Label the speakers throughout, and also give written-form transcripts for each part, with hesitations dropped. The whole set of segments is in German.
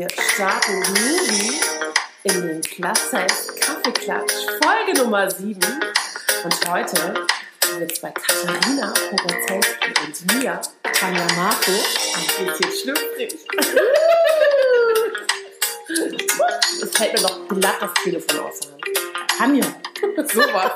Speaker 1: starten Movie in den Plus-Size Kaffeeklatsch, Folge Nummer 7. Und heute wird es bei Katharina Pogorzelski und mir, Tanja Marco, ein bisschen schlüpfrig. Es fällt mir noch glatt das Telefon aus der Hand. Tanja, sowas.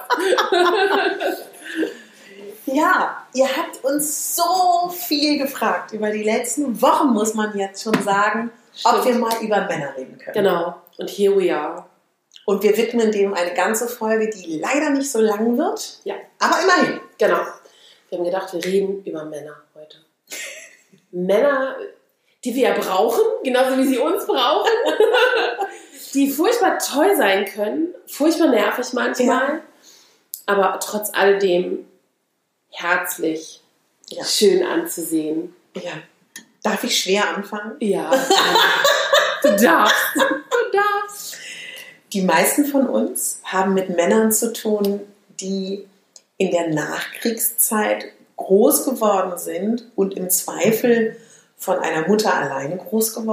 Speaker 2: Ja, ihr habt uns so viel gefragt über die letzten Wochen, muss man jetzt schon sagen, ob wir mal über Männer reden können.
Speaker 1: Genau, und here we are.
Speaker 2: Und wir widmen dem eine ganze Folge, die leider nicht so lang wird,
Speaker 1: Ja,
Speaker 2: aber immerhin.
Speaker 1: genau. Wir haben gedacht, wir reden über Männer heute. Männer, die wir ja brauchen, genauso wie sie uns brauchen, die furchtbar toll sein können, furchtbar nervig manchmal, aber trotz alledem herzlich, schön anzusehen.
Speaker 2: Ja. Darf ich schwer anfangen?
Speaker 1: Ja, du darfst. Du darfst.
Speaker 2: Die meisten von uns haben mit Männern zu tun, die in der Nachkriegszeit groß geworden sind und im Zweifel von einer Mutter alleine großgezogen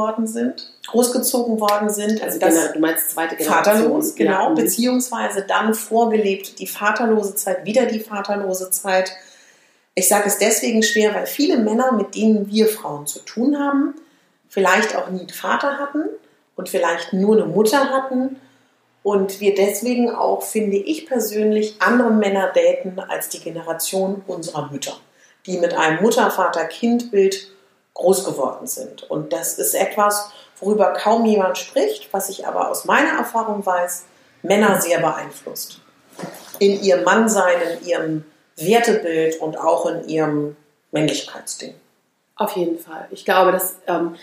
Speaker 2: worden sind. Also das
Speaker 1: du meinst zweite Generation.
Speaker 2: Vaterlos, genau,
Speaker 1: Ja.
Speaker 2: beziehungsweise dann vorgelebt die vaterlose Zeit, wieder die vaterlose Zeit. Ich sage es deswegen schwer, weil viele Männer, mit denen wir Frauen zu tun haben, vielleicht auch nie einen Vater hatten und vielleicht nur eine Mutter hatten und wir deswegen auch, finde ich persönlich, andere Männer daten als die Generation unserer Mütter, die mit einem Mutter-Vater-Kind-Bild groß geworden sind. Und das ist etwas, worüber kaum jemand spricht, was ich aber aus meiner Erfahrung weiß, Männer sehr beeinflusst. In ihrem Mannsein, in ihrem Wertebild und auch in ihrem Männlichkeitsding.
Speaker 1: Auf jeden Fall. Ich glaube, dass,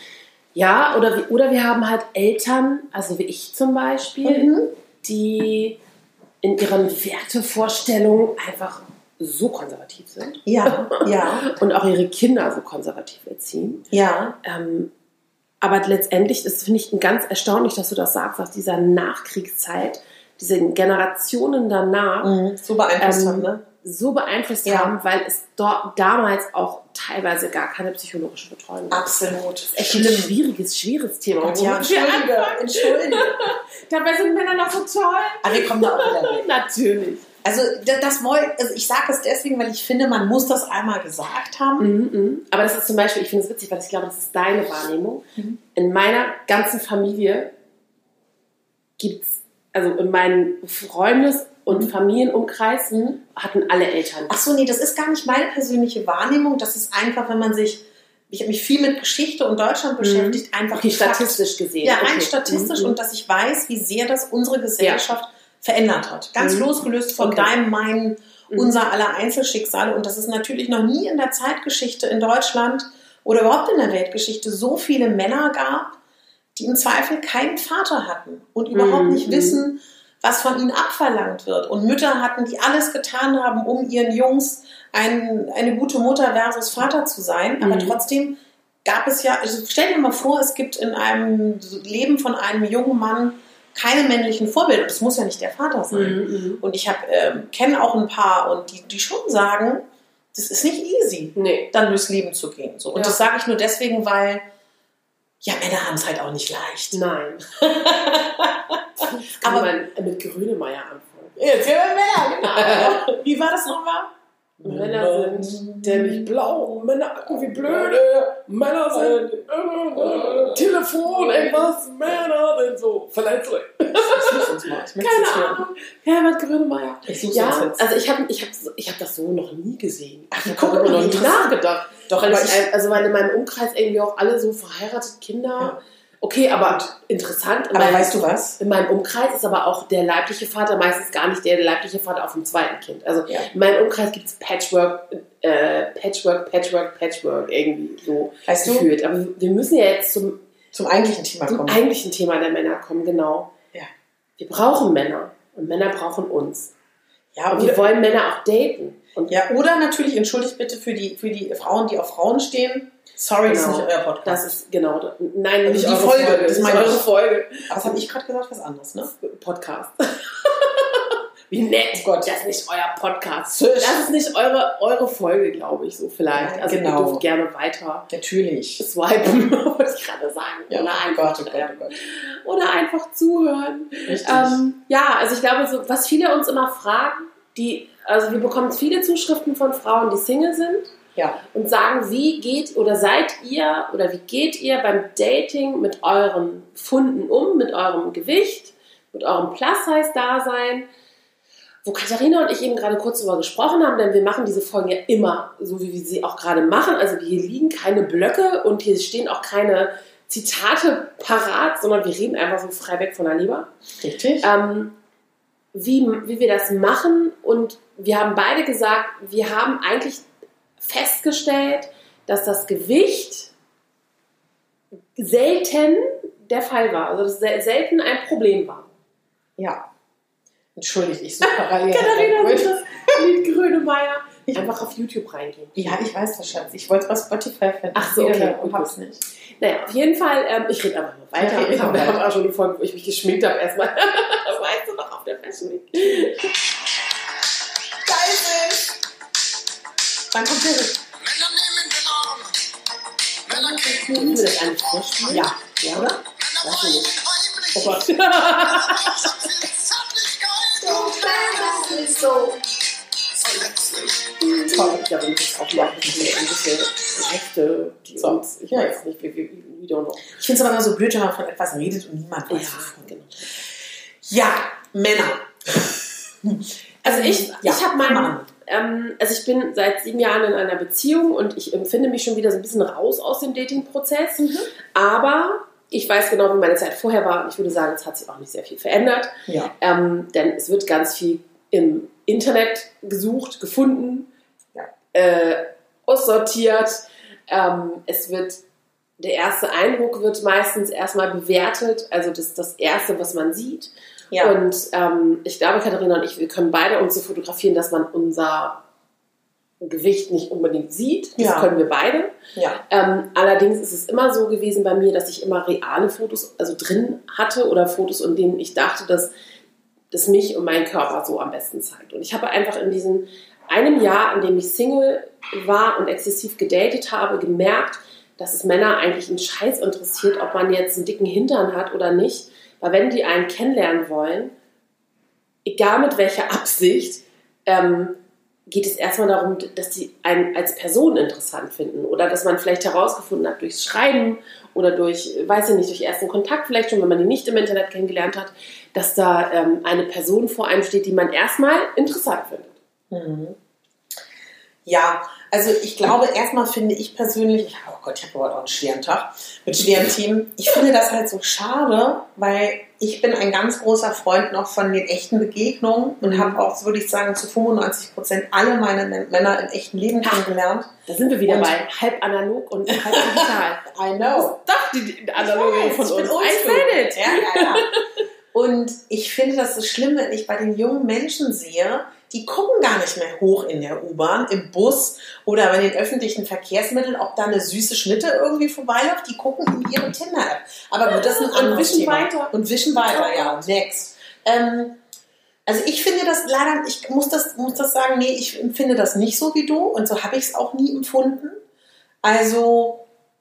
Speaker 1: oder wir haben halt Eltern, also wie ich zum Beispiel, die in ihren Wertevorstellungen einfach so konservativ sind.
Speaker 2: Ja, ja.
Speaker 1: Und auch ihre Kinder so konservativ erziehen.
Speaker 2: Ja.
Speaker 1: Aber letztendlich ist, finde ich, ganz erstaunlich, dass du das sagst, aus dieser Nachkriegszeit, diese Generationen danach
Speaker 2: So beeinflusst haben, ne?
Speaker 1: So beeinflusst haben, weil es dort damals auch teilweise gar keine psychologische Betreuung gab.
Speaker 2: Absolut.
Speaker 1: Das ist echt ein schwieriges Thema.
Speaker 2: Ja, entschuldige.
Speaker 1: Dabei sind Männer noch so toll.
Speaker 2: Aber wir kommen da auch wieder weg.
Speaker 1: Natürlich.
Speaker 2: Also ich sage es deswegen, weil ich finde, man muss das einmal gesagt haben.
Speaker 1: Aber das ist zum Beispiel, ich finde es witzig, weil ich glaube, das ist deine Wahrnehmung. In meiner ganzen Familie gibt es, also in meinen Freundes- und Familienumkreis hatten alle Eltern.
Speaker 2: Ach so, nee, das ist gar nicht meine persönliche Wahrnehmung. Das ist einfach, wenn man sich, ich habe mich viel mit Geschichte und Deutschland beschäftigt, einfach
Speaker 1: statistisch gesehen.
Speaker 2: Ja, rein statistisch und dass ich weiß, wie sehr das unsere Gesellschaft verändert hat. Ganz losgelöst von deinem, meinem, unser aller Einzelschicksale. Und dass es natürlich noch nie in der Zeitgeschichte in Deutschland oder überhaupt in der Weltgeschichte so viele Männer gab, die im Zweifel keinen Vater hatten und überhaupt nicht wissen, was von ihnen abverlangt wird. Und Mütter hatten, die alles getan haben, um ihren Jungs eine gute Mutter versus Vater zu sein. Aber trotzdem gab es ja, also stell dir mal vor, es gibt in einem Leben von einem jungen Mann keine männlichen Vorbilder. Das muss ja nicht der Vater sein. Und ich kenne auch ein paar, und die schon sagen, das ist nicht easy, dann durchs Leben zu gehen. So. Und das sage ich nur deswegen, weil Männer haben es halt auch nicht leicht.
Speaker 1: Nein.
Speaker 2: Aber
Speaker 1: man mit Grönemeyer anfangen.
Speaker 2: Jetzt sind wir Männer, genau. Wie war das nochmal?
Speaker 1: Männer sind dämlich blau, Männer gucken wie blöde, Männer sind Telefon, irgendwas, Männer sind so verletzlich.
Speaker 2: Ich suche uns mal.
Speaker 1: Keine Ahnung. Herbert Grönemeyer.
Speaker 2: Ich suche uns jetzt.
Speaker 1: Also ich hab das so noch nie gesehen.
Speaker 2: Ach,
Speaker 1: Ich habe darüber noch nie nachgedacht.
Speaker 2: Doch,
Speaker 1: weil in meinem Umkreis irgendwie auch alle so verheiratet Kinder.
Speaker 2: Ja.
Speaker 1: Okay, aber interessant.
Speaker 2: Aber weißt du was?
Speaker 1: In meinem Umkreis ist aber auch der leibliche Vater meistens gar nicht der leibliche Vater auf dem zweiten Kind. Also in meinem Umkreis gibt es Patchwork irgendwie so gefühlt. Aber wir müssen ja jetzt zum
Speaker 2: eigentlichen Thema kommen.
Speaker 1: Zum eigentlichen Thema der Männer kommen, genau.
Speaker 2: Ja.
Speaker 1: Wir brauchen Männer und Männer brauchen uns.
Speaker 2: Ja,
Speaker 1: und wir wollen Männer auch daten. Und
Speaker 2: oder natürlich, entschuldigt bitte für die Frauen, die auf Frauen stehen. Sorry, das ist nicht euer Podcast.
Speaker 1: Das ist, nein,
Speaker 2: also
Speaker 1: nicht
Speaker 2: die
Speaker 1: eure
Speaker 2: Folge.
Speaker 1: Das ist eure Folge.
Speaker 2: Aber das habe ich gerade gesagt, was anderes, ne?
Speaker 1: Podcast. Wie nett.
Speaker 2: Oh Gott.
Speaker 1: Das ist nicht euer Podcast. Das ist nicht eure Folge, glaube ich, so vielleicht.
Speaker 2: Ja,
Speaker 1: also
Speaker 2: genau.
Speaker 1: ihr dürft gerne weiter
Speaker 2: Natürlich.
Speaker 1: swipen, wollte ich gerade sagen.
Speaker 2: Ja,
Speaker 1: Oder
Speaker 2: oh
Speaker 1: einfach
Speaker 2: Gott, oh Gott, oh Gott.
Speaker 1: Oder einfach zuhören.
Speaker 2: Richtig.
Speaker 1: Ja, also ich glaube, so, was viele uns immer fragen, also wir bekommen viele Zuschriften von Frauen, die Single sind.
Speaker 2: Ja.
Speaker 1: Und sagen, wie geht ihr beim Dating mit euren Funden um, mit eurem Gewicht, mit eurem Plus-Size-Dasein, wo Katharina und ich eben gerade kurz darüber gesprochen haben, denn wir machen diese Folgen ja immer so, wie wir sie auch gerade machen. Also hier liegen keine Blöcke und hier stehen auch keine Zitate parat, sondern wir reden einfach so frei weg von der Leber.
Speaker 2: Richtig.
Speaker 1: Wie wir das machen, und wir haben beide gesagt, wir haben eigentlich festgestellt, dass das Gewicht selten der Fall war, also dass selten ein Problem war.
Speaker 2: Ja. Entschuldigt, ich suche parallel.
Speaker 1: Katharina, das Lied Grönemeyer. Einfach auf YouTube reingehen.
Speaker 2: Ja, ich weiß das, Schatz. Ich wollte es bei Spotify finden.
Speaker 1: Ach so, okay.
Speaker 2: Und hab's nicht.
Speaker 1: Naja, auf jeden Fall, ich rede einfach mal weiter.
Speaker 2: Ja,
Speaker 1: Wir haben auch schon die Folge, wo ich mich geschminkt habe, erstmal. Das weißt du noch auf der Fashion Week.
Speaker 2: Geil! Dann kommt der.
Speaker 1: Müssen wir das eigentlich vorspielen?
Speaker 2: Ja.
Speaker 1: Ja, oder? Weiß ich nicht. Oh Gott. Toll, ich glaube, wir müssen auch mal ein bisschen Rechte, die
Speaker 2: so.
Speaker 1: uns, ich weiß nicht, we don't know.
Speaker 2: Ich finde es aber immer so blöd, wenn man von etwas redet und niemand weiß.
Speaker 1: Genau.
Speaker 2: Ja, Männer.
Speaker 1: Also ich habe also ich bin seit 7 Jahren in einer Beziehung und ich empfinde mich schon wieder so ein bisschen raus aus dem Dating-Prozess. Aber ich weiß genau, wie meine Zeit vorher war, und ich würde sagen, es hat sich auch nicht sehr viel verändert.
Speaker 2: Ja.
Speaker 1: Denn es wird ganz viel im Internet gesucht, gefunden, aussortiert. Der erste Eindruck wird meistens erstmal bewertet, also das Erste, was man sieht. Ja. Und ich glaube, Katharina und ich, wir können beide uns so fotografieren, dass man unser Gewicht nicht unbedingt sieht. Das können wir beide. Ja. Allerdings ist es immer so gewesen bei mir, dass ich immer reale Fotos drin hatte oder Fotos, in denen ich dachte, dass das mich und meinen Körper so am besten zeigt. Und ich habe einfach in diesem einem Jahr, in dem ich Single war und exzessiv gedatet habe, gemerkt, dass es Männer eigentlich einen Scheiß interessiert, ob man jetzt einen dicken Hintern hat oder nicht. Weil wenn die einen kennenlernen wollen, egal mit welcher Absicht, geht es erstmal darum, dass die einen als Person interessant finden oder dass man vielleicht herausgefunden hat durchs Schreiben oder durch ersten Kontakt vielleicht schon, wenn man die nicht im Internet kennengelernt hat, dass da eine Person vor einem steht, die man erstmal interessant findet.
Speaker 2: Mhm. Ja, also ich glaube, erstmal finde ich persönlich, ich habe heute auch einen schweren Tag mit schweren Themen. Ich finde das halt so schade, weil ich bin ein ganz großer Freund noch von den echten Begegnungen und habe auch, würde ich sagen, zu 95% alle meine Männer im echten Leben kennengelernt.
Speaker 1: Da sind wir wieder bei halb analog und halb digital.
Speaker 2: I know.
Speaker 1: Das ist doch die analoge von uns.
Speaker 2: I said it. Ja. Und ich finde das so schlimm, wenn ich bei den jungen Menschen sehe, die gucken gar nicht mehr hoch in der U-Bahn, im Bus oder bei den öffentlichen Verkehrsmitteln, ob da eine süße Schnitte irgendwie vorbeiläuft. Die gucken in ihre Tinder-App. Aber gut, das ist ein anderes Thema. Und wischen weiter, ja. Next. Also ich finde das leider, ich muss das sagen, nee, ich empfinde das nicht so wie du und so habe ich es auch nie empfunden. Also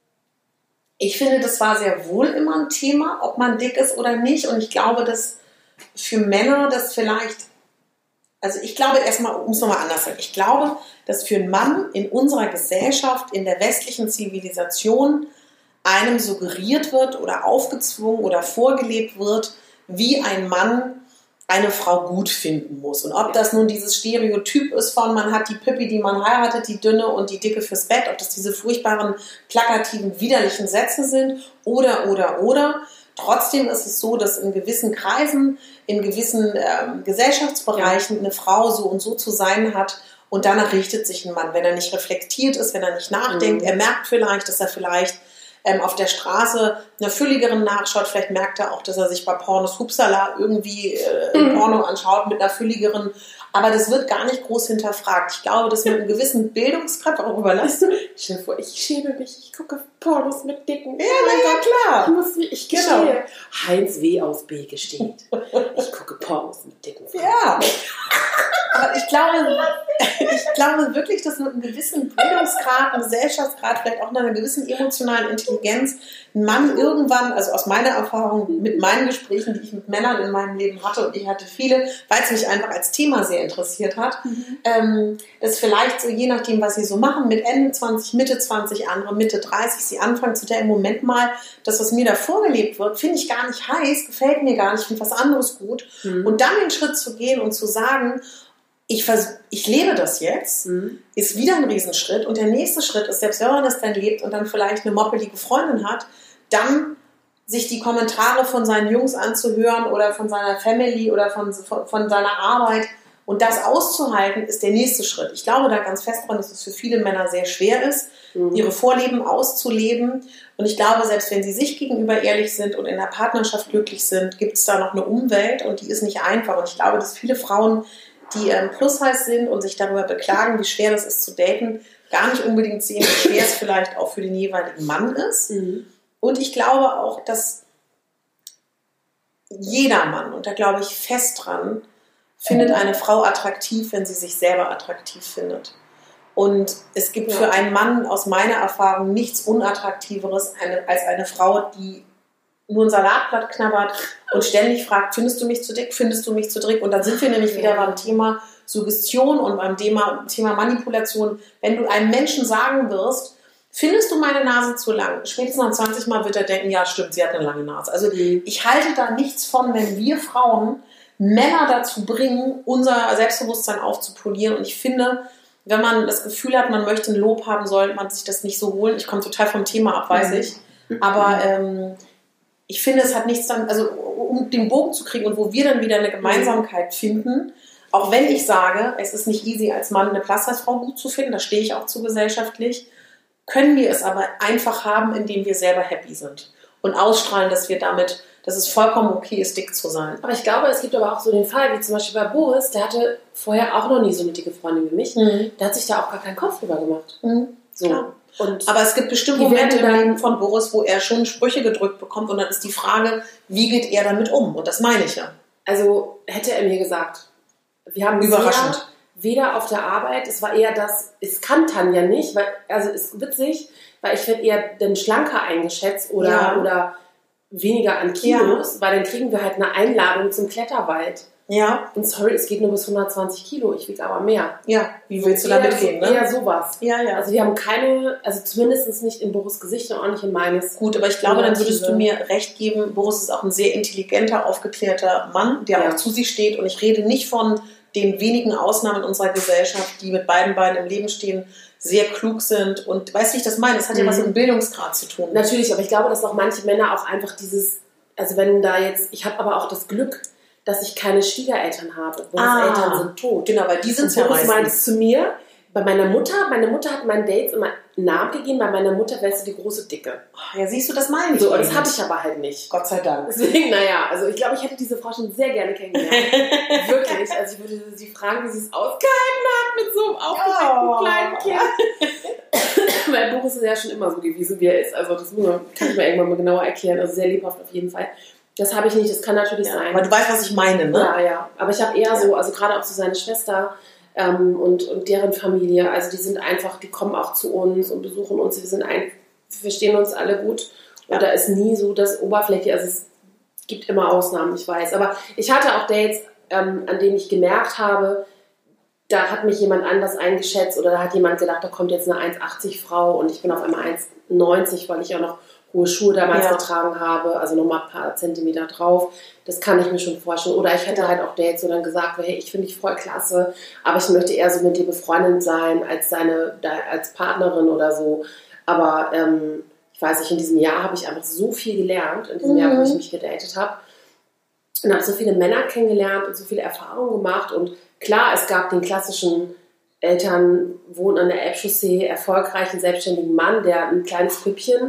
Speaker 2: ich finde, das war sehr wohl immer ein Thema, ob man dick ist oder nicht. Und ich glaube, dass für Männer das vielleicht, also ich glaube erstmal, um es nochmal anders zu sagen, ich glaube, dass für einen Mann in unserer Gesellschaft, in der westlichen Zivilisation einem suggeriert wird oder aufgezwungen oder vorgelebt wird, wie ein Mann eine Frau gut finden muss. Und ob das nun dieses Stereotyp ist von, man hat die Pippi, die man heiratet, die dünne und die dicke fürs Bett, ob das diese furchtbaren, plakativen, widerlichen Sätze sind oder. Trotzdem ist es so, dass in gewissen Kreisen, in gewissen Gesellschaftsbereichen eine Frau so und so zu sein hat und danach richtet sich ein Mann. Wenn er nicht reflektiert ist, wenn er nicht nachdenkt, er merkt vielleicht, dass er vielleicht auf der Straße einer fülligeren nachschaut, vielleicht merkt er auch, dass er sich bei Pornos Hupsala irgendwie ein Porno anschaut mit einer fülligeren, aber das wird gar nicht groß hinterfragt. Ich glaube, dass mit einem gewissen Bildungsgrad, warum überlasst du?
Speaker 1: Stell dir vor, ich schäme mich, ich gucke Pornos mit Dicken.
Speaker 2: Ja, klar.
Speaker 1: Ich gestehe. Genau. Heinz W. aus B gesteht. Ich gucke Pornos mit Dicken.
Speaker 2: Ja. Aber ich glaube wirklich, dass mit einem gewissen Bildungsgrad, einem Gesellschaftsgrad, vielleicht auch einer gewissen emotionalen Intelligenz ein Mann irgendwann, also aus meiner Erfahrung mit meinen Gesprächen, die ich mit Männern in meinem Leben hatte, und ich hatte viele, weil es mich einfach als Thema sehr interessiert hat, dass vielleicht so, je nachdem, was sie so machen, mit Ende 20, Mitte 20, andere Mitte 30, sie anfangen zu denken, Moment mal, das, was mir da vorgelebt wird, finde ich gar nicht heiß, gefällt mir gar nicht, finde was anderes gut. Und dann den Schritt zu gehen und zu sagen, ich lebe das jetzt, ist wieder ein Riesenschritt. Und der nächste Schritt ist, selbst wenn man das dann lebt und dann vielleicht eine moppelige Freundin hat, dann sich die Kommentare von seinen Jungs anzuhören oder von seiner Family oder von seiner Arbeit und das auszuhalten, ist der nächste Schritt. Ich glaube da ganz fest dran, dass es für viele Männer sehr schwer ist, ihre Vorleben auszuleben. Und ich glaube, selbst wenn sie sich gegenüber ehrlich sind und in der Partnerschaft glücklich sind, gibt es da noch eine Umwelt und die ist nicht einfach. Und ich glaube, dass viele Frauen, die plus heiß sind und sich darüber beklagen, wie schwer das ist zu daten, gar nicht unbedingt sehen, wie schwer es vielleicht auch für den jeweiligen Mann ist. Und ich glaube auch, dass jeder Mann, und da glaube ich fest dran, findet eine Frau attraktiv, wenn sie sich selber attraktiv findet. Und es gibt für einen Mann aus meiner Erfahrung nichts Unattraktiveres als eine Frau, die nur ein Salatblatt knabbert und ständig fragt, findest du mich zu dick, findest du mich zu dick? Und dann sind wir nämlich wieder beim Thema Suggestion und beim Thema Manipulation. Wenn du einem Menschen sagen wirst, findest du meine Nase zu lang? Spätestens nach 20 Mal wird er denken, ja stimmt, sie hat eine lange Nase. Also ich halte da nichts von, wenn wir Frauen Männer dazu bringen, unser Selbstbewusstsein aufzupolieren. Und ich finde, wenn man das Gefühl hat, man möchte ein Lob haben, sollte man sich das nicht so holen. Ich komme total vom Thema ab, weiß ich. Aber ich finde, es hat nichts damit, also um den Bogen zu kriegen und wo wir dann wieder eine Gemeinsamkeit finden, auch wenn ich sage, es ist nicht easy, als Mann eine Plus-Size-Frau gut zu finden, da stehe ich auch zu gesellschaftlich, können wir es aber einfach haben, indem wir selber happy sind und ausstrahlen, dass es vollkommen okay ist, dick zu sein.
Speaker 1: Aber ich glaube, es gibt aber auch so den Fall, wie zum Beispiel bei Boris, der hatte vorher auch noch nie so eine dicke Freundin wie mich, der hat sich da auch gar keinen Kopf drüber gemacht. So.
Speaker 2: Klar. Aber es gibt bestimmt Momente im Leben von Boris, wo er schon Sprüche gedrückt bekommt und dann ist die Frage, wie geht er damit um? Und das meine ich ja.
Speaker 1: Also hätte er mir gesagt, wir haben
Speaker 2: überraschend.
Speaker 1: Weder auf der Arbeit, es war eher das, es kann Tanja nicht, weil, also es ist witzig, weil ich werde eher den schlanker eingeschätzt oder weniger an Kilos, weil dann kriegen wir halt eine Einladung zum Kletterwald.
Speaker 2: Ja.
Speaker 1: Und sorry, es geht nur bis 120 Kilo, ich wiege aber mehr.
Speaker 2: Ja, wie willst du da mitgehen, ne?
Speaker 1: Eher sowas.
Speaker 2: Ja.
Speaker 1: Also wir haben keine, also zumindest nicht in Boris' Gesicht und auch nicht in meines.
Speaker 2: Gut, aber ich glaube, dann würdest du mir recht geben, Boris ist auch ein sehr intelligenter, aufgeklärter Mann, der auch zu sich steht. Und ich rede nicht von den wenigen Ausnahmen in unserer Gesellschaft, die mit beiden Beinen im Leben stehen, sehr klug sind. Und weißt du, wie ich das meine? Das hat ja was mit dem Bildungsgrad zu tun.
Speaker 1: Natürlich, aber ich glaube, dass auch manche Männer auch einfach dieses, also wenn da jetzt, ich habe aber auch das Glück, dass ich keine Schwiegereltern habe. Boris' Eltern sind tot.
Speaker 2: Genau, weil die sind ja meistens.
Speaker 1: Boris meinte zu mir, bei meiner Mutter hat meinen Dates immer einen Namen gegeben, bei meiner Mutter wärst du die große Dicke.
Speaker 2: Ja, siehst du, das meine ich.
Speaker 1: So, und das habe ich aber halt nicht.
Speaker 2: Gott sei Dank.
Speaker 1: Deswegen, also ich glaube, ich hätte diese Frau schon sehr gerne kennengelernt. Wirklich. Also ich würde sie fragen, wie sie es ausgehalten hat mit so einem aufgeweckten kleinen Kind. Weil Boris ist ja schon immer so gewesen, wie er ist. Also das kann ich mir irgendwann mal genauer erklären. Also sehr lebhaft auf jeden Fall. Das habe ich nicht, das kann natürlich sein.
Speaker 2: Aber du weißt, was ich meine, ne?
Speaker 1: Ja. Aber ich habe eher so, also gerade auch so seine Schwester und deren Familie, also die sind einfach, die kommen auch zu uns und besuchen uns, wir verstehen uns alle gut. Und da ist nie so das Oberfläche, also es gibt immer Ausnahmen, ich weiß. Aber ich hatte auch Dates, an denen ich gemerkt habe, da hat mich jemand anders eingeschätzt oder da hat jemand gedacht, da kommt jetzt eine 1,80 Frau und ich bin auf einmal 1,90, weil ich auch noch hohe Schuhe damals getragen habe, also nochmal ein paar Zentimeter drauf. Das kann ich mir schon vorstellen. Oder ich hätte halt auch Dates so dann gesagt, hey, ich finde dich voll klasse, aber ich möchte eher so mit dir befreundet sein als Partnerin oder so. Aber ich weiß nicht, in diesem Jahr habe ich einfach so viel gelernt, in diesem Jahr, wo ich mich gedatet habe. Und habe so viele Männer kennengelernt und so viele Erfahrungen gemacht. Und klar, es gab den klassischen Eltern wohnen an der Elbchaussee, erfolgreichen, selbstständigen Mann, der ein kleines Püppchen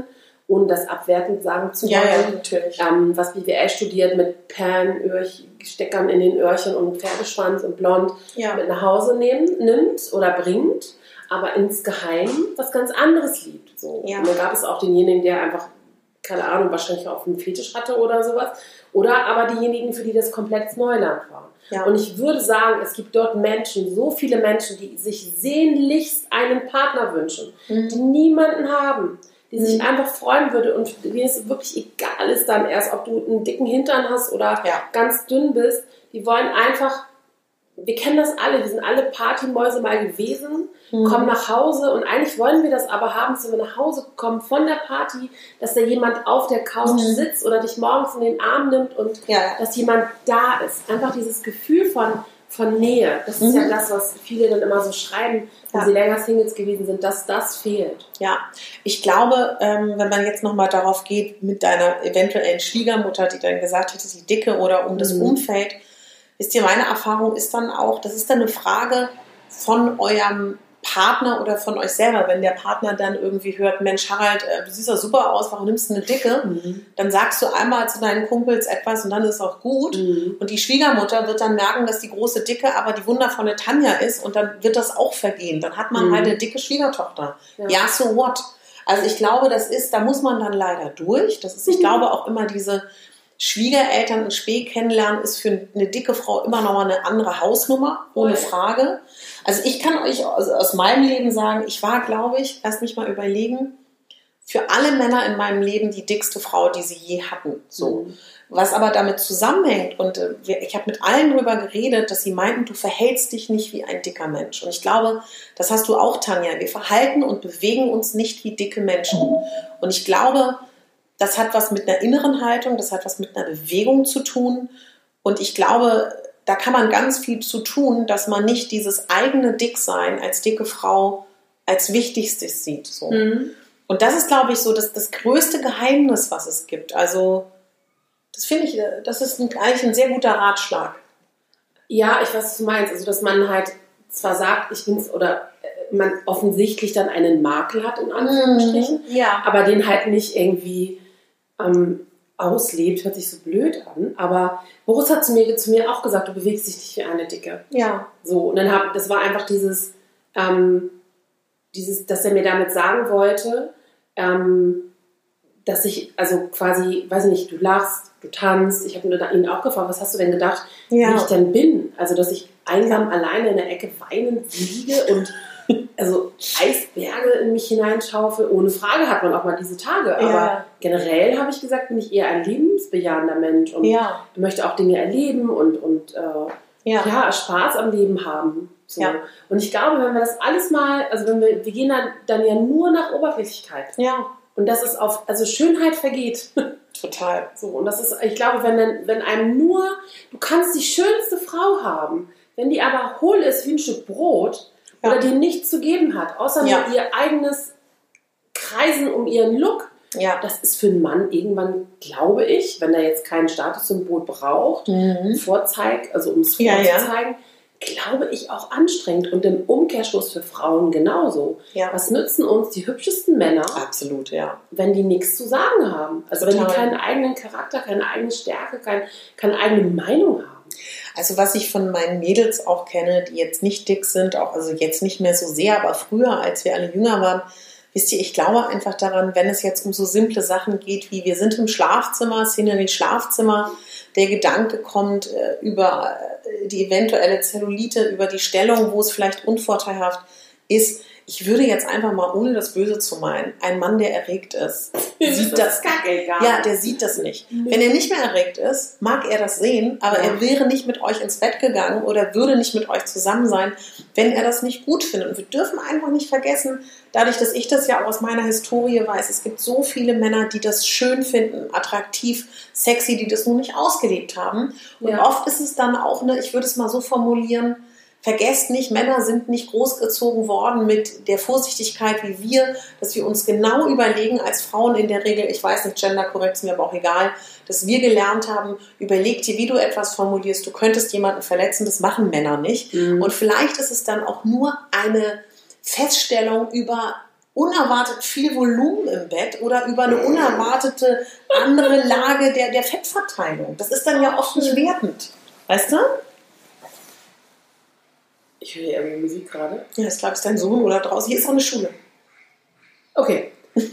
Speaker 1: ohne das abwertend sagen zu wollen.
Speaker 2: Ja, natürlich.
Speaker 1: Was BWL studiert mit Perlensteckern in den Öhrchen und Pferdeschwanz und blond mit nach Hause nimmt oder bringt, aber insgeheim was ganz anderes liebt. So.
Speaker 2: Ja.
Speaker 1: Und dann gab es auch denjenigen, der einfach, keine Ahnung, wahrscheinlich auch einen Fetisch hatte oder sowas. Oder aber diejenigen, für die das komplett Neuland war.
Speaker 2: Ja.
Speaker 1: Und ich würde sagen, es gibt dort Menschen, so viele Menschen, die sich sehnlichst einen Partner wünschen, die niemanden haben, die sich einfach freuen würde und denen es wirklich egal ist dann erst, ob du einen dicken Hintern hast oder ganz dünn bist. Die wollen einfach, wir kennen das alle, wir sind alle Partymäuse mal gewesen, kommen nach Hause und eigentlich wollen wir das aber haben, dass wir nach Hause kommen von der Party, dass da jemand auf der Couch sitzt oder dich morgens in den Arm nimmt und dass jemand da ist. Einfach dieses Gefühl von Nähe. Das ist ja das, was viele dann immer so schreiben, wenn sie länger Singles gewesen sind, dass das fehlt.
Speaker 2: Ja, ich glaube, wenn man jetzt nochmal darauf geht, mit deiner eventuellen Schwiegermutter, die dann gesagt hätte, sie dicke oder um das Umfeld, wisst ihr, meine Erfahrung ist dann auch, das ist dann eine Frage von eurem Partner oder von euch selber. Wenn der Partner dann irgendwie hört, Mensch Harald, du siehst doch super aus, warum nimmst du eine Dicke? Dann sagst du einmal zu deinen Kumpels etwas und dann ist es auch gut. Und die Schwiegermutter wird dann merken, dass die große Dicke aber die wundervolle Tanja ist und dann wird das auch vergehen. Dann hat man halt eine dicke Schwiegertochter. Ja, so what? Also ich glaube, da muss man dann leider durch. Das ist, ich glaube auch immer diese Schwiegereltern und Spee kennenlernen ist für eine dicke Frau immer noch mal eine andere Hausnummer, ohne Frage. Also ich kann euch aus meinem Leben sagen, ich war, glaube ich, lasst mich mal überlegen, für alle Männer in meinem Leben die dickste Frau, die sie je hatten. So. Was aber damit zusammenhängt, und ich habe mit allen darüber geredet, dass sie meinten, du verhältst dich nicht wie ein dicker Mensch. Und ich glaube, das hast du auch, Tanja. Wir verhalten und bewegen uns nicht wie dicke Menschen. Und ich glaube, das hat was mit einer inneren Haltung, das hat was mit einer Bewegung zu tun. Und ich glaube, da kann man ganz viel zu tun, dass man nicht dieses eigene Dicksein als dicke Frau als Wichtigstes sieht. So. Und das ist, glaube ich, so das größte Geheimnis, was es gibt. Also das finde ich, das ist eigentlich ein sehr guter Ratschlag.
Speaker 1: Ja, ich weiß, was du meinst. Also, dass man halt zwar sagt, ich bin's, oder man offensichtlich dann einen Makel hat, in Anführungsstrichen, aber den halt nicht irgendwie auslebt, hört sich so blöd an. Aber Boris hat zu mir auch gesagt, du bewegst dich nicht wie eine Dicke.
Speaker 2: Ja.
Speaker 1: So, und dann das war einfach dieses, dass er mir damit sagen wollte, dass ich, also quasi, weiß ich nicht, du lachst, du tanzt. Ich habe ihn auch gefragt, was hast du denn gedacht, wie ich denn bin? Also, dass ich einsam alleine in der Ecke weinend liege und also Eisberge in mich hineinschaufel. Ohne Frage hat man auch mal diese Tage. Aber generell habe ich gesagt, bin ich eher ein lebensbejahender Mensch und möchte auch Dinge erleben und Spaß am Leben haben. So. Ja. Und ich glaube, wenn wir das alles mal, also wir gehen dann ja nur nach Oberflächlichkeit.
Speaker 2: Ja.
Speaker 1: Und das ist also Schönheit vergeht.
Speaker 2: Total.
Speaker 1: So, und das ist, ich glaube, wenn einem nur, du kannst die schönste Frau haben, wenn die aber hohl ist wie ein Stück Brot, oder die nichts zu geben hat, außer nur ihr eigenes Kreisen um ihren Look. Ja. Das ist für einen Mann irgendwann, glaube ich, wenn er jetzt kein Statussymbol braucht, also um es vorzuzeigen, glaube ich, auch anstrengend. Und im Umkehrschluss für Frauen genauso. Ja. Was nützen uns die hübschesten Männer,
Speaker 2: absolut,
Speaker 1: wenn die nichts zu sagen haben? Also wenn die keinen eigenen Charakter, keine eigene Stärke, keine eigene Meinung haben.
Speaker 2: Also was ich von meinen Mädels auch kenne, die jetzt nicht dick sind, auch also jetzt nicht mehr so sehr, aber früher, als wir alle jünger waren, wisst ihr, ich glaube einfach daran, wenn es jetzt um so simple Sachen geht, wie wir sind im Schlafzimmer, Szenerie Schlafzimmer, der Gedanke kommt über die eventuelle Zellulite, über die Stellung, wo es vielleicht unvorteilhaft ist. Ich würde jetzt einfach mal, ohne das Böse zu meinen, ein Mann, der erregt ist, sieht das kackegal. Ja, der sieht das nicht. Nee. Wenn er nicht mehr erregt ist, mag er das sehen, aber er wäre nicht mit euch ins Bett gegangen oder würde nicht mit euch zusammen sein, wenn er das nicht gut findet. Und wir dürfen einfach nicht vergessen, dadurch, dass ich das ja auch aus meiner Historie weiß, es gibt so viele Männer, die das schön finden, attraktiv, sexy, die das nur nicht ausgelebt haben. Und oft ist es dann auch ich würde es mal so formulieren, vergesst nicht, Männer sind nicht großgezogen worden mit der Vorsichtigkeit wie wir, dass wir uns genau überlegen, als Frauen in der Regel, ich weiß nicht, genderkorrekt ist mir aber auch egal, dass wir gelernt haben, überleg dir, wie du etwas formulierst, du könntest jemanden verletzen, das machen Männer nicht. Und vielleicht ist es dann auch nur eine Feststellung über unerwartet viel Volumen im Bett oder über eine unerwartete andere Lage der Fettverteilung. Das ist dann ja oft nicht wertend. Weißt du?
Speaker 1: Ich höre hier irgendwie Musik gerade.
Speaker 2: Ja, das glaube ich, ist dein Sohn oder draußen. Hier ist auch eine Schule.
Speaker 1: Okay.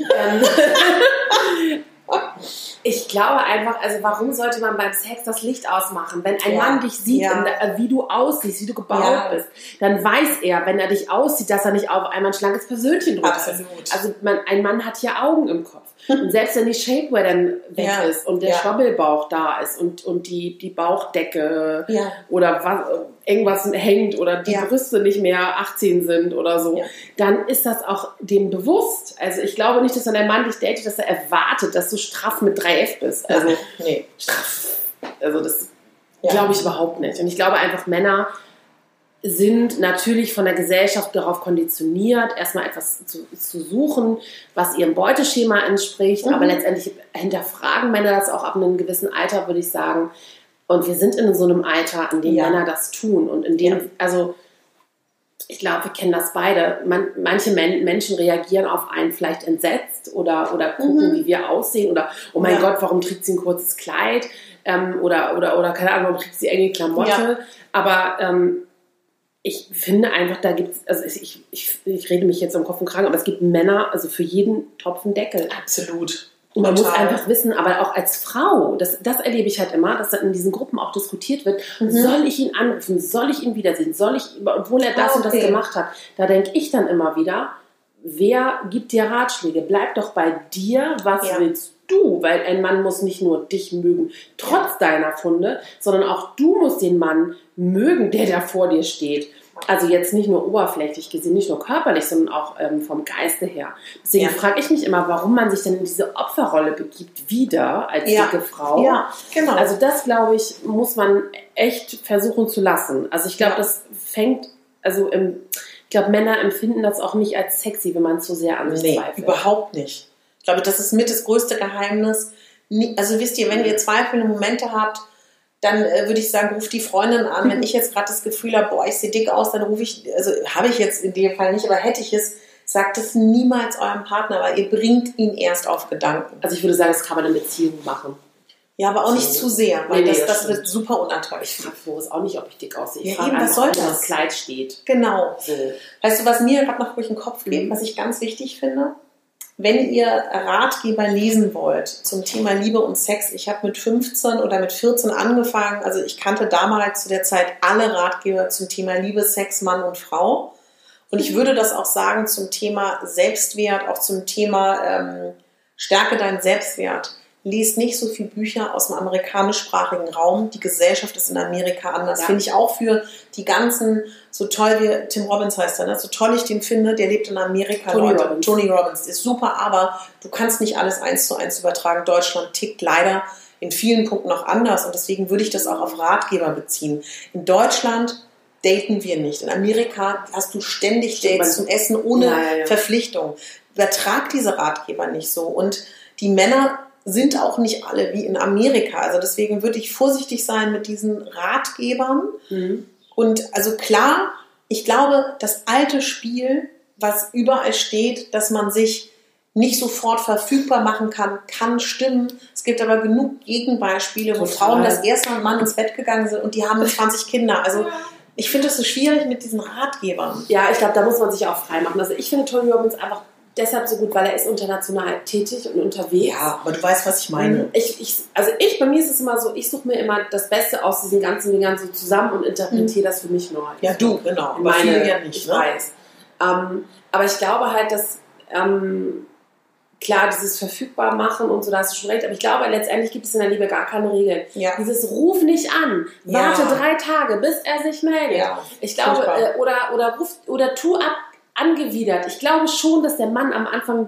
Speaker 1: Ich glaube einfach, also warum sollte man beim Sex das Licht ausmachen? Wenn ein Mann dich sieht, wie du aussiehst, wie du gebaut bist, dann weiß er, wenn er dich aussieht, dass er nicht auf einmal ein schlankes Persönchen drunter ist. Also ein Mann hat hier Augen im Kopf. Und selbst wenn die Shapewear dann weg ist und der Schwabbelbauch da ist und die Bauchdecke oder was, irgendwas hängt oder die Brüste nicht mehr 18 sind oder so, dann ist das auch dem bewusst. Also ich glaube nicht, dass wenn ein Mann dich datet, dass er erwartet, dass du straff mit 3F bist. Also straff. Also das glaube ich überhaupt nicht. Und ich glaube einfach, Männer sind natürlich von der Gesellschaft darauf konditioniert, erstmal etwas zu suchen, was ihrem Beuteschema entspricht. Aber letztendlich hinterfragen Männer das auch ab einem gewissen Alter, würde ich sagen. Und wir sind in so einem Alter, in dem Männer das tun. Und in dem, also ich glaube, wir kennen das beide. Manche Menschen reagieren auf einen vielleicht entsetzt oder gucken, wie wir aussehen. Oder, oh mein Gott, warum trägt sie ein kurzes Kleid? Oder keine Ahnung, warum trägt sie enge Klamotte? Ja. Aber ich finde einfach, da gibt es, also ich rede mich jetzt um Kopf und Kragen, aber es gibt Männer, also für jeden Topf einen Deckel.
Speaker 2: Absolut.
Speaker 1: Und man muss einfach wissen, aber auch als Frau, das erlebe ich halt immer, dass dann in diesen Gruppen auch diskutiert wird, soll ich ihn anrufen, soll ich ihn wiedersehen, obwohl er das und das gemacht hat. Da denke ich dann immer wieder, wer gibt dir Ratschläge? Bleib doch bei dir, was willst du? Weil ein Mann muss nicht nur dich mögen, trotz deiner Funde, sondern auch du musst den Mann mögen, der da vor dir steht. Also jetzt nicht nur oberflächlich gesehen, nicht nur körperlich, sondern auch vom Geiste her. Deswegen frage ich mich immer, warum man sich denn in diese Opferrolle begibt, wieder als dicke Frau.
Speaker 2: Ja, genau.
Speaker 1: Also das, glaube ich, muss man echt versuchen zu lassen. Also ich glaube, das fängt, ich glaube, Männer empfinden das auch nicht als sexy, wenn man zu sehr an sich zweifelt.
Speaker 2: Überhaupt nicht. Ich glaube, das ist mit das größte Geheimnis. Also wisst ihr, wenn ihr zweifelnde Momente habt, dann würde ich sagen, ruft die Freundin an. Wenn ich jetzt gerade das Gefühl habe, boah, ich sehe dick aus, dann rufe ich, also habe ich jetzt in dem Fall nicht, aber hätte ich es, sagt es niemals eurem Partner, weil ihr bringt ihn erst auf Gedanken.
Speaker 1: Also ich würde sagen, das kann man in Beziehung machen.
Speaker 2: Ja, aber auch nicht zu sehr, weil das wird super unattraktiv.
Speaker 1: Ich frage Boris auch nicht, ob ich dick aussehe. Ich
Speaker 2: frage eben, was soll
Speaker 1: das Kleid steht.
Speaker 2: Genau. So. Weißt du, was mir gerade noch durch den Kopf geht, was ich ganz wichtig finde? Wenn ihr Ratgeber lesen wollt zum Thema Liebe und Sex, ich habe mit 15 oder mit 14 angefangen, also ich kannte damals zu der Zeit alle Ratgeber zum Thema Liebe, Sex, Mann und Frau. Und ich würde das auch sagen zum Thema Selbstwert, auch zum Thema Stärke deinen Selbstwert. Lies nicht so viele Bücher aus dem amerikanischsprachigen Raum. Die Gesellschaft ist in Amerika anders. Finde ich auch für die ganzen, so toll wie Tim Robbins heißt er, ne? So toll ich den finde, der lebt in Amerika. Tony Robbins ist super, aber du kannst nicht alles 1:1 übertragen. Deutschland tickt leider in vielen Punkten noch anders und deswegen würde ich das auch auf Ratgeber beziehen. In Deutschland daten wir nicht. In Amerika hast du ständig Dates zum Essen ohne Verpflichtung. Übertrag diese Ratgeber nicht so. Und die Männer sind auch nicht alle wie in Amerika. Also deswegen würde ich vorsichtig sein mit diesen Ratgebern. Und also klar, ich glaube, das alte Spiel, was überall steht, dass man sich nicht sofort verfügbar machen kann stimmen. Es gibt aber genug Gegenbeispiele, wo Frauen das erste Mal mit Mann ins Bett gegangen sind und die haben 20 Kinder. Also ich finde das so schwierig mit diesen Ratgebern.
Speaker 1: Ja, ich glaube, da muss man sich auch frei machen. Also ich finde Tony Robbins einfach deshalb so gut, weil er ist international tätig und unterwegs.
Speaker 2: Ja, aber du weißt, was ich meine.
Speaker 1: Bei mir ist es immer so, ich suche mir immer das Beste aus diesen ganzen Dingern so zusammen und interpretiere das für mich neu.
Speaker 2: Ja, du, genau. Aber viele ja nicht.
Speaker 1: Ich weiß. Aber ich glaube halt, dass klar, dieses verfügbar machen und so, da hast du schon recht, aber ich glaube, letztendlich gibt es in der Liebe gar keine Regeln. Ja. Dieses Ruf nicht an, warte 3 Tage, bis er sich meldet. Ja. Ich glaube, oder tu ab, angewidert. Ich glaube schon, dass der Mann am Anfang,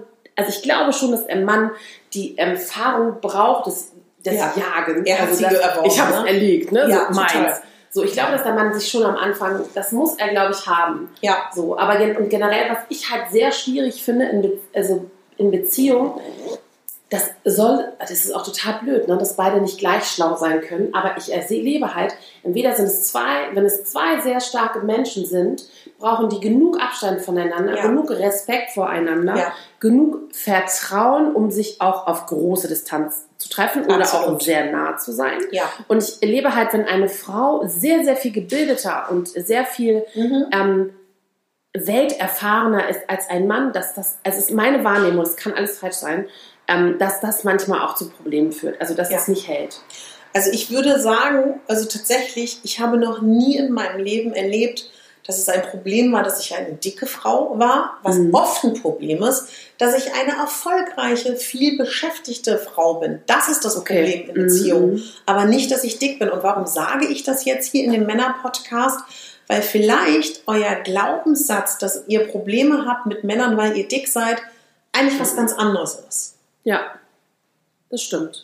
Speaker 1: die Erfahrung braucht des Jagens.
Speaker 2: Er hat sie erworben.
Speaker 1: Ich habe es erlegt, ne?
Speaker 2: Ja,
Speaker 1: so meins. So, ich glaube, dass der Mann sich schon am Anfang, das muss er, glaube ich, haben.
Speaker 2: Ja.
Speaker 1: So, aber und generell, was ich halt sehr schwierig finde in Beziehung, das ist auch total blöd, ne, dass beide nicht gleich schlau sein können, aber ich erlebe halt, entweder wenn es zwei sehr starke Menschen sind, brauchen die genug Abstand voneinander, genug Respekt voreinander, genug Vertrauen, um sich auch auf große Distanz zu treffen oder auch sehr nah zu sein. Ja. Und ich erlebe halt, wenn eine Frau sehr, sehr viel gebildeter und sehr viel welterfahrener ist als ein Mann, also ist meine Wahrnehmung, es kann alles falsch sein, dass das manchmal auch zu Problemen führt, also dass es nicht hält.
Speaker 2: Also ich würde sagen, also tatsächlich, ich habe noch nie in meinem Leben erlebt, dass es ein Problem war, dass ich eine dicke Frau war, was oft ein Problem ist, dass ich eine erfolgreiche, viel beschäftigte Frau bin. Das ist das Problem in Beziehungen. Aber nicht, dass ich dick bin. Und warum sage ich das jetzt hier in dem Männer-Podcast? Weil vielleicht euer Glaubenssatz, dass ihr Probleme habt mit Männern, weil ihr dick seid, eigentlich was ganz anderes ist.
Speaker 1: Ja, das stimmt.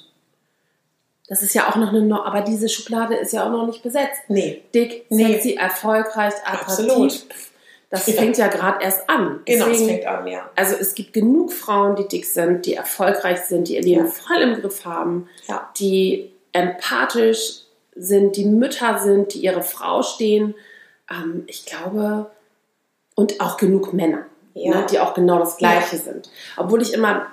Speaker 1: Das ist ja auch noch aber diese Schublade ist ja auch noch nicht besetzt.
Speaker 2: Nee.
Speaker 1: Dick, sexy, erfolgreich, attraktiv. Absolut. Das fängt ja gerade erst an.
Speaker 2: Genau, es fängt an, ja.
Speaker 1: Also es gibt genug Frauen, die dick sind, die erfolgreich sind, die ihr Leben voll im Griff haben, die empathisch sind, die Mütter sind, die ihre Frau stehen. Ich glaube, und auch genug Männer. Ne, die auch genau das Gleiche sind. Obwohl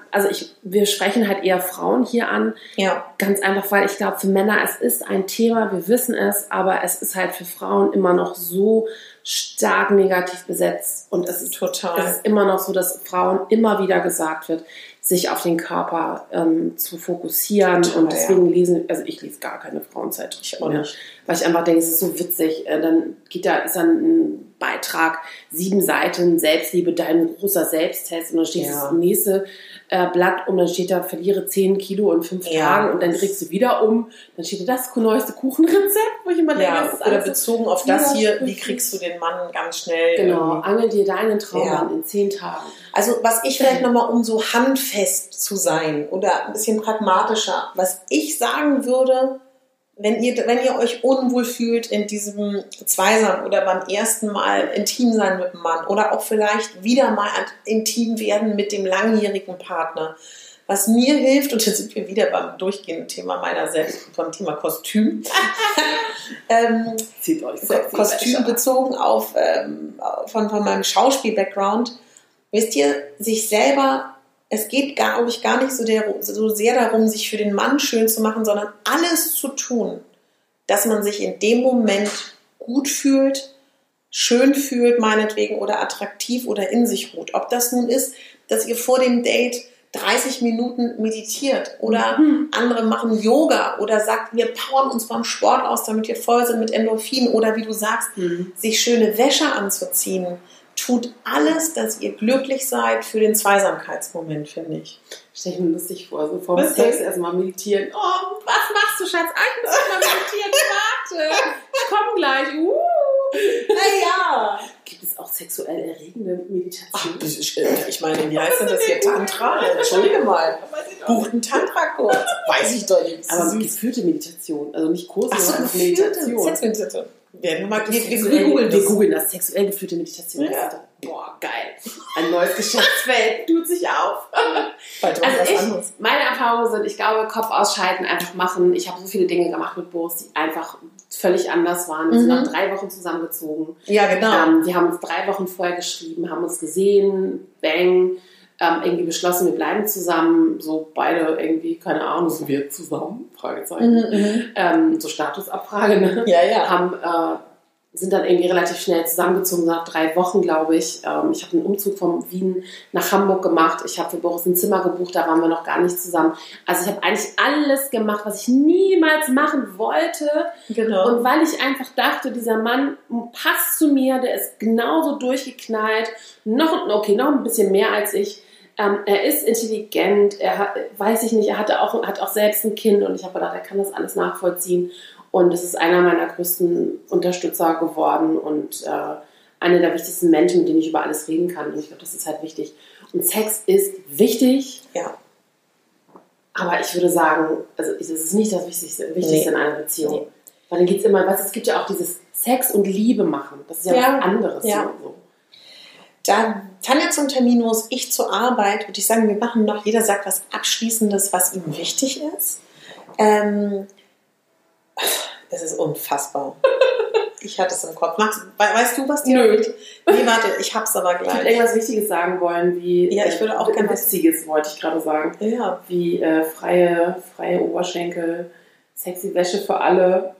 Speaker 1: wir sprechen halt eher Frauen hier an. Ja. Ganz einfach, weil ich glaube, für Männer, es ist ein Thema, wir wissen es, aber es ist halt für Frauen immer noch so stark negativ besetzt. Und es ist immer noch so, dass Frauen immer wieder gesagt wird, sich auf den Körper zu fokussieren. Und deswegen ich lese gar keine Frauenzeitschrift mehr. Weil ich einfach denke, es ist so witzig. Dann ist dann ein Beitrag, 7 Seiten, Selbstliebe, dein großer Selbsttest. Und dann steht das nächste Blatt und dann steht da, verliere 10 Kilo in 5 Tagen und dann kriegst du wieder dann steht da das neueste Kuchenrezept, wo ich immer denke,
Speaker 2: oder bezogen auf das hier, wie kriegst du den Mann ganz schnell.
Speaker 1: Genau, angel dir deinen Traum an in 10 Tagen.
Speaker 2: Also was ich vielleicht nochmal, um so handfest zu sein oder ein bisschen pragmatischer, was ich sagen würde, wenn ihr euch unwohl fühlt in diesem Zweisam oder beim ersten Mal intim sein mit dem Mann oder auch vielleicht wieder mal intim werden mit dem langjährigen Partner, was mir hilft, und jetzt sind wir wieder beim durchgehenden Thema beim Thema Kostüm.
Speaker 1: Zieht euch
Speaker 2: Kostüm bezogen auf von meinem Schauspiel-Background. Wisst ihr, sich selber, es geht, glaube ich, gar nicht so sehr darum, sich für den Mann schön zu machen, sondern alles zu tun, dass man sich in dem Moment gut fühlt, schön fühlt, meinetwegen, oder attraktiv oder in sich ruht. Ob das nun ist, dass ihr vor dem Date 30 Minuten meditiert oder andere machen Yoga oder sagt, wir powern uns beim Sport aus, damit wir voll sind mit Endorphin, oder wie du sagst, sich schöne Wäsche anzuziehen. Tut alles, dass ihr glücklich seid für den Zweisamkeitsmoment, finde ich.
Speaker 1: Stell ich mir lustig vor, so vor dem Sex erstmal meditieren. Oh, was machst du, Schatz? Ich muss mal meditieren. Warte, ich komme gleich.
Speaker 2: Naja.
Speaker 1: Gibt es auch sexuell erregende Meditationen?
Speaker 2: Ich meine, wie heißt denn das hier? Tantra? Entschuldige mal. Bucht einen Tantra-Kurs. Weiß ich doch nicht.
Speaker 1: Aber geführte Meditation. Also nicht Kurse,
Speaker 2: sondern
Speaker 1: Meditation.
Speaker 2: Sexmeditation.
Speaker 1: Wir googeln das. Sexuell geführte Meditation.
Speaker 2: Ja.
Speaker 1: Boah, geil. Ein neues Geschäftsfeld tut sich auf. Meine Erfahrungen sind, ich glaube, Kopf ausschalten, einfach machen. Ich habe so viele Dinge gemacht mit Boris, die einfach völlig anders waren. Wir sind nach 3 Wochen zusammengezogen.
Speaker 2: Ja, genau.
Speaker 1: Wir haben uns 3 Wochen vorher geschrieben, haben uns gesehen, bang, irgendwie beschlossen, wir bleiben zusammen, so beide irgendwie, keine Ahnung, sind wir zusammen? Fragezeichen. So Statusabfrage, ne?
Speaker 2: Ja.
Speaker 1: Sind dann irgendwie relativ schnell zusammengezogen, nach 3 Wochen, glaube ich. Ich habe einen Umzug von Wien nach Hamburg gemacht. Ich habe für Boris ein Zimmer gebucht, da waren wir noch gar nicht zusammen. Also ich habe eigentlich alles gemacht, was ich niemals machen wollte.
Speaker 2: Genau.
Speaker 1: Und weil ich einfach dachte, dieser Mann passt zu mir, der ist genauso durchgeknallt, noch ein bisschen mehr als ich. Er ist intelligent, er hat auch selbst ein Kind, und ich habe gedacht, er kann das alles nachvollziehen. Und es ist einer meiner größten Unterstützer geworden und einer der wichtigsten Menschen, mit denen ich über alles reden kann. Und ich glaube, das ist halt wichtig. Und Sex ist wichtig.
Speaker 2: Ja.
Speaker 1: Aber ich würde sagen, also es ist nicht das Wichtigste in einer Beziehung. Nee. Weil dann geht es immer, es gibt ja auch dieses Sex und Liebe machen. Das ist ja was anderes.
Speaker 2: Ja.
Speaker 1: So.
Speaker 2: Da Tanja zum Termin muss, ich zur Arbeit, würde ich sagen, wir machen noch, jeder sagt was Abschließendes, was ihm wichtig ist. Es ist unfassbar. Ich hatte es im Kopf. Weißt du, was dir...
Speaker 1: Nö.
Speaker 2: Nee, warte, ich hab's aber gleich.
Speaker 1: Ich würde irgendwas Wichtiges sagen wollen, wie...
Speaker 2: Ja, ich würde auch gerne was...
Speaker 1: Witziges, wollte ich gerade sagen.
Speaker 2: Ja.
Speaker 1: Wie freie Oberschenkel, sexy Wäsche für alle.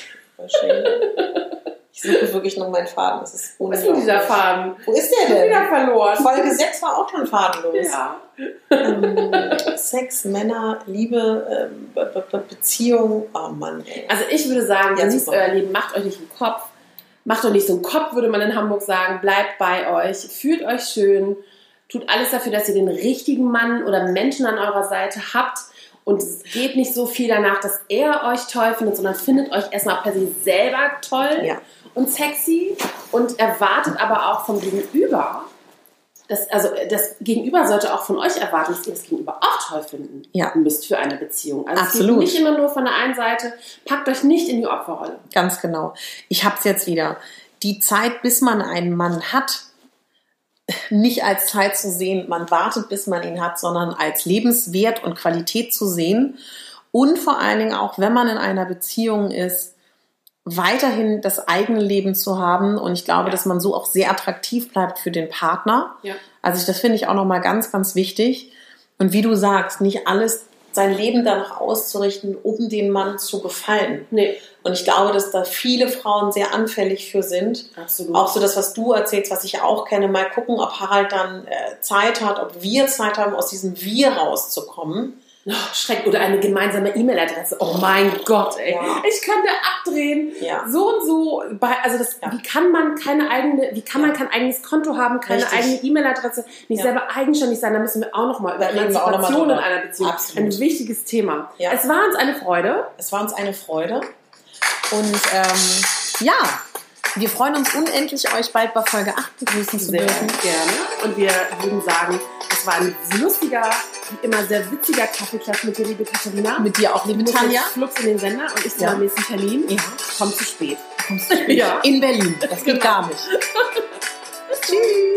Speaker 2: Ich suche wirklich noch meinen Faden. Das ist
Speaker 1: Wo ist denn dieser Faden?
Speaker 2: Wo ist der denn?
Speaker 1: Wieder verloren.
Speaker 2: Folge 6 war auch schon fadenlos.
Speaker 1: Ja.
Speaker 2: Sex, Männer, Liebe, Beziehung. Oh Mann, ey.
Speaker 1: Also ich würde sagen,
Speaker 2: Ja,
Speaker 1: genießt
Speaker 2: super.
Speaker 1: euer Leben, macht euch nicht einen Kopf. Macht euch nicht so einen Kopf, würde man in Hamburg sagen. Bleibt bei euch, fühlt euch schön. Tut alles dafür, dass ihr den richtigen Mann oder Menschen an eurer Seite habt. Und es geht nicht so viel danach, dass er euch toll findet, sondern findet euch erstmal per se selber toll und sexy und erwartet aber auch vom Gegenüber, das Gegenüber sollte auch von euch erwarten, dass ihr das Gegenüber auch toll finden müsst für eine Beziehung. Also
Speaker 2: Absolut.
Speaker 1: Es geht nicht immer nur von der einen Seite, packt euch nicht in die Opferrolle.
Speaker 2: Ganz genau. Ich hab's jetzt wieder. Die Zeit, bis man einen Mann hat, nicht als Zeit zu sehen, man wartet, bis man ihn hat, sondern als Lebenswert und Qualität zu sehen. Und vor allen Dingen auch, wenn man in einer Beziehung ist, weiterhin das eigene Leben zu haben. Und ich glaube, dass man so auch sehr attraktiv bleibt für den Partner.
Speaker 1: Ja.
Speaker 2: Also das finde ich auch nochmal ganz, ganz wichtig. Und wie du sagst, nicht alles, sein Leben danach auszurichten, um den Mann zu gefallen.
Speaker 1: Nee.
Speaker 2: Und ich glaube, dass da viele Frauen sehr anfällig für sind.
Speaker 1: Absolut.
Speaker 2: Auch so das, was du erzählst, was ich auch kenne. Mal gucken, ob Harald dann Zeit hat, ob wir Zeit haben, aus diesem Wir rauszukommen.
Speaker 1: Oh, Schreck. Oder eine gemeinsame E-Mail-Adresse. Oh mein Gott, ey.
Speaker 2: Ja.
Speaker 1: Ich könnte abdrehen.
Speaker 2: Ja.
Speaker 1: So und so. Wie kann man kein eigenes Konto haben, keine
Speaker 2: Richtig.
Speaker 1: eigene E-Mail-Adresse, nicht selber eigenständig sein? Da müssen wir auch nochmal über
Speaker 2: reden wir auch noch mal
Speaker 1: Emanzipation in
Speaker 2: drüber.
Speaker 1: einer Beziehung.
Speaker 2: Absolut.
Speaker 1: Ein wichtiges Thema.
Speaker 2: Ja.
Speaker 1: Es war uns eine Freude.
Speaker 2: Es war uns eine Freude. Und wir freuen uns unendlich, euch bald bei Folge 8 begrüßen zu
Speaker 1: Sehr
Speaker 2: dürfen.
Speaker 1: gerne. Und wir würden sagen, es war ein lustiger, wie immer sehr witziger Kaffeeklatsch mit dir, liebe Katharina.
Speaker 2: Mit dir auch, liebe
Speaker 1: Du musst
Speaker 2: Tanja.
Speaker 1: jetzt flugs in den Sender und ich zu
Speaker 2: Ja.
Speaker 1: meinem nächsten Termin.
Speaker 2: Ja.
Speaker 1: Komm zu spät.
Speaker 2: Kommst du?
Speaker 1: Ja.
Speaker 2: In Berlin. Das geht
Speaker 1: Genau.
Speaker 2: gar nicht. Tschüss.